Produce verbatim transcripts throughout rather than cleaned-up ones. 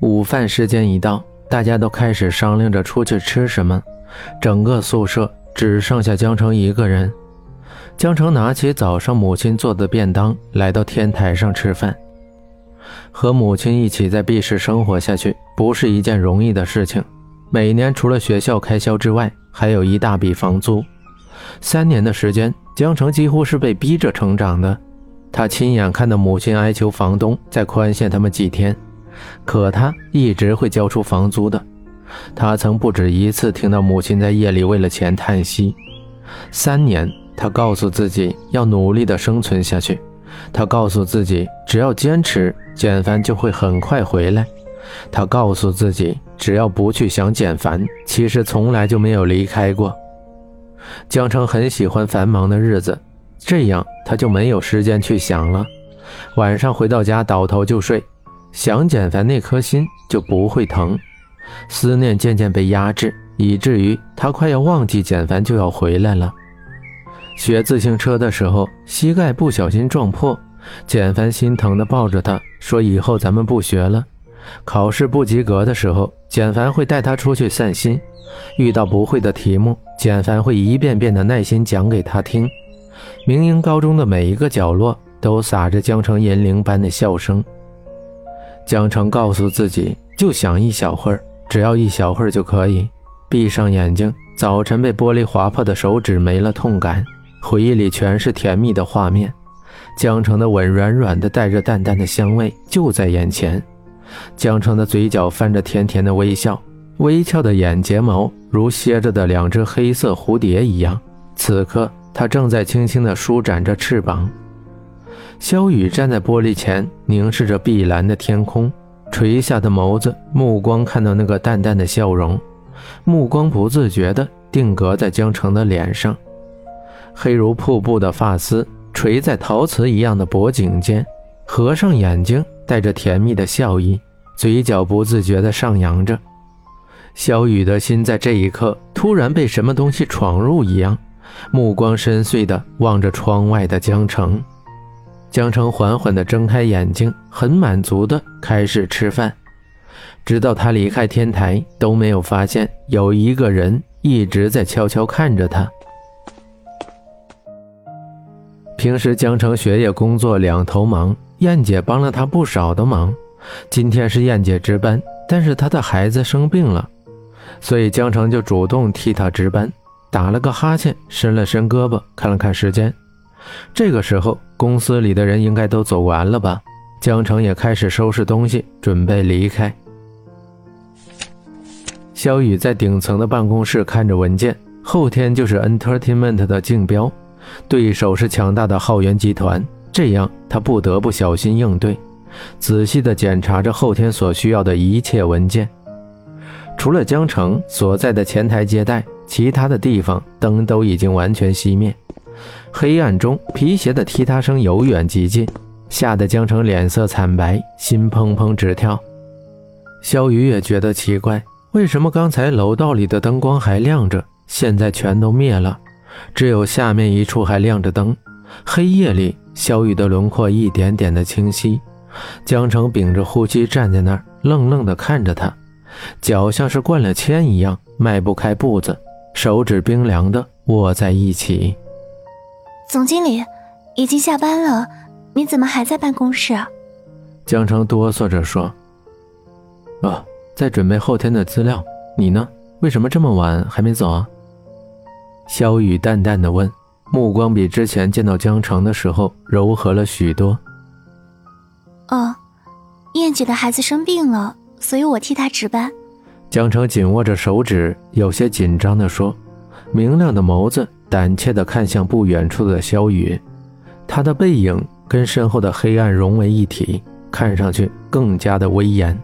午饭时间一到，大家都开始商量着出去吃什么，整个宿舍只剩下江城一个人。江城拿起早上母亲做的便当，来到天台上吃饭。和母亲一起在 B 市生活下去，不是一件容易的事情。每年除了学校开销之外，还有一大笔房租。三年的时间，江城几乎是被逼着成长的。他亲眼看到母亲哀求房东再宽限他们几天，可他一直会交出房租的。他曾不止一次听到母亲在夜里为了钱叹息。三年，他告诉自己要努力地生存下去。他告诉自己，只要坚持，简凡就会很快回来。他告诉自己，只要不去想简凡，其实从来就没有离开过。江城很喜欢繁忙的日子，这样他就没有时间去想了。晚上回到家倒头就睡，想简凡那颗心就不会疼。思念渐渐被压制，以至于他快要忘记简凡就要回来了。学自行车的时候，膝盖不小心撞破，简凡心疼地抱着他说，以后咱们不学了。考试不及格的时候，简凡会带他出去散心，遇到不会的题目，简凡会一遍遍的耐心讲给他听。明英高中的每一个角落都洒着江城银铃般的笑声。江城告诉自己，就想一小会儿，只要一小会儿就可以。闭上眼睛，早晨被玻璃划破的手指没了痛感，回忆里全是甜蜜的画面。江城的吻软软的，带着淡淡的香味，就在眼前。江城的嘴角泛着甜甜的微笑，微翘的眼睫毛如歇着的两只黑色蝴蝶一样。此刻他正在轻轻地舒展着翅膀。萧雨站在玻璃前，凝视着碧蓝的天空，垂下的眸子，目光看到那个淡淡的笑容，目光不自觉地定格在江城的脸上。黑如瀑布的发丝垂在陶瓷一样的脖颈间，合上眼睛，带着甜蜜的笑意，嘴角不自觉地上扬着。萧雨的心在这一刻突然被什么东西闯入一样，目光深邃地望着窗外的江城。江城缓缓地睁开眼睛，很满足地开始吃饭。直到他离开天台，都没有发现有一个人一直在悄悄看着他。平时江城学业工作两头忙，燕姐帮了他不少的忙。今天是燕姐值班，但是她的孩子生病了，所以江城就主动替她值班。打了个哈欠，伸了伸胳膊，看了看时间。这个时候公司里的人应该都走完了吧。江城也开始收拾东西，准备离开。萧雨在顶层的办公室看着文件，后天就是 Entertainment 的竞标，对手是强大的浩源集团，这样他不得不小心应对，仔细地检查着后天所需要的一切文件。除了江城所在的前台接待，其他的地方灯都已经完全熄灭。黑暗中皮鞋的踢踏声由远及近，吓得江城脸色惨白，心砰砰直跳。萧雨也觉得奇怪，为什么刚才楼道里的灯光还亮着，现在全都灭了，只有下面一处还亮着灯。黑夜里萧雨的轮廓一点点的清晰。江城屏着呼吸站在那儿，愣愣地看着他，脚像是灌了铅一样迈不开步子，手指冰凉的握在一起。 总经理，已经下班了，你怎么还在办公室啊？ 江城哆嗦着说。哦，在准备后天的资料，你呢？为什么这么晚还没走啊？萧雨淡淡地问，目光比之前见到江城的时候柔和了许多。 哦，燕姐的孩子生病了，所以我替她值班。 江城紧握着手指，有些紧张地说，明亮的眸子胆怯地看向不远处的萧雨，他的背影跟身后的黑暗融为一体，看上去更加的威严。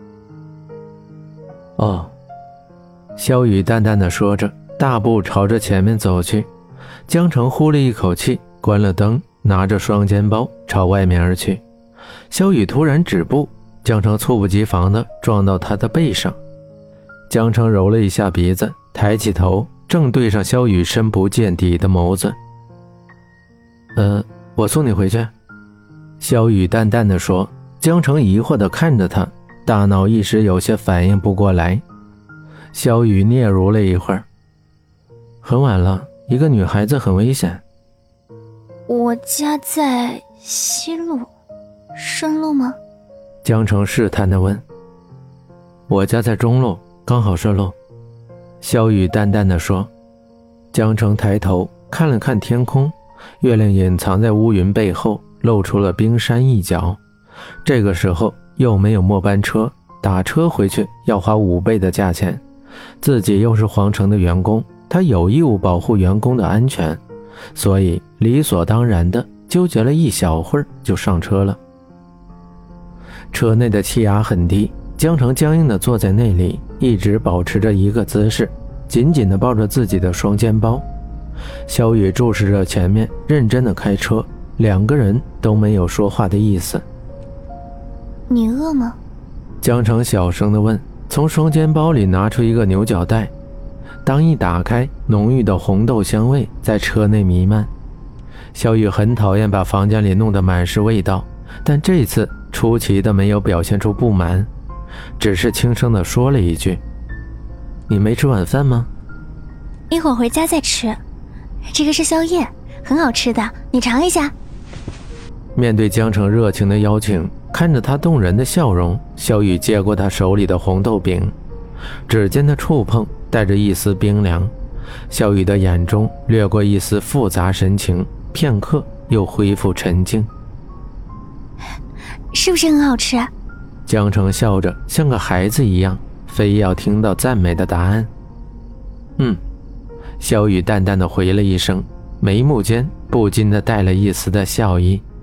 哦，萧雨淡淡地说着，大步朝着前面走去。江城呼了一口气，关了灯，拿着双肩包朝外面而去。萧雨突然止步，江城猝不及防地撞到他的背上。江城揉了一下鼻子，抬起头，正对上萧雨深不见底的眸子。呃，我送你回去。萧雨淡淡地说。江城疑惑地看着他， 大脑一时有些反应不过来。萧雨嗫嚅了一会儿，很晚了，一个女孩子很危险。 我家在西路，顺路吗？ 江城试探地问。我家在中路，刚好顺路。萧雨淡淡地说。江城抬头看了看天空，月亮隐藏在乌云背后，露出了冰山一角。这个时候又没有末班车，打车回去要花五倍的价钱，自己又是皇城的员工，他有义务保护员工的安全，所以理所当然的纠结了一小会儿就上车了。车内的气压很低，江城僵硬地坐在那里，一直保持着一个姿势，紧紧地抱着自己的双肩包。萧雨注视着前面，认真地开车，两个人都没有说话的意思。 你饿吗？ 江城小声地问，从双肩包里拿出一个牛角带，当一打开，浓郁的红豆香味在车内弥漫。萧雨很讨厌把房间里弄得满是味道，但这次出奇的没有表现出不满，只是轻声地说了一句：你没吃晚饭吗？ 一会儿回家再吃，这个是宵夜，很好吃的，你尝一下。 面对江城热情的邀请，看着他动人的笑容，萧雨接过他手里的红豆饼，指尖的触碰带着一丝冰凉。萧雨的眼中掠过一丝复杂神情，片刻又恢复沉静。 是不是很好吃？ 江城笑着，像个孩子一样，非要听到赞美的答案。嗯，萧雨淡淡的回了一声，眉目间不禁的带了一丝的笑意。